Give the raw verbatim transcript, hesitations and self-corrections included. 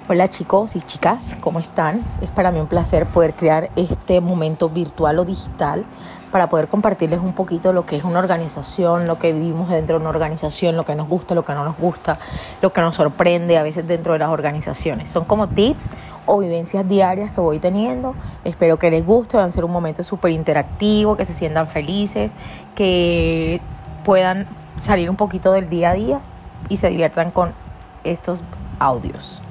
Hola chicos y chicas, ¿cómo están? Es para mí un placer poder crear este momento virtual o digital para poder compartirles un poquito lo que es una organización, lo que vivimos dentro de una organización, lo que nos gusta, lo que no nos gusta, lo que nos sorprende a veces dentro de las organizaciones. Son como tips o vivencias diarias que voy teniendo. Espero que les guste, van a ser un momento súper interactivo, que se sientan felices, que puedan salir un poquito del día a día y se diviertan con estos audios.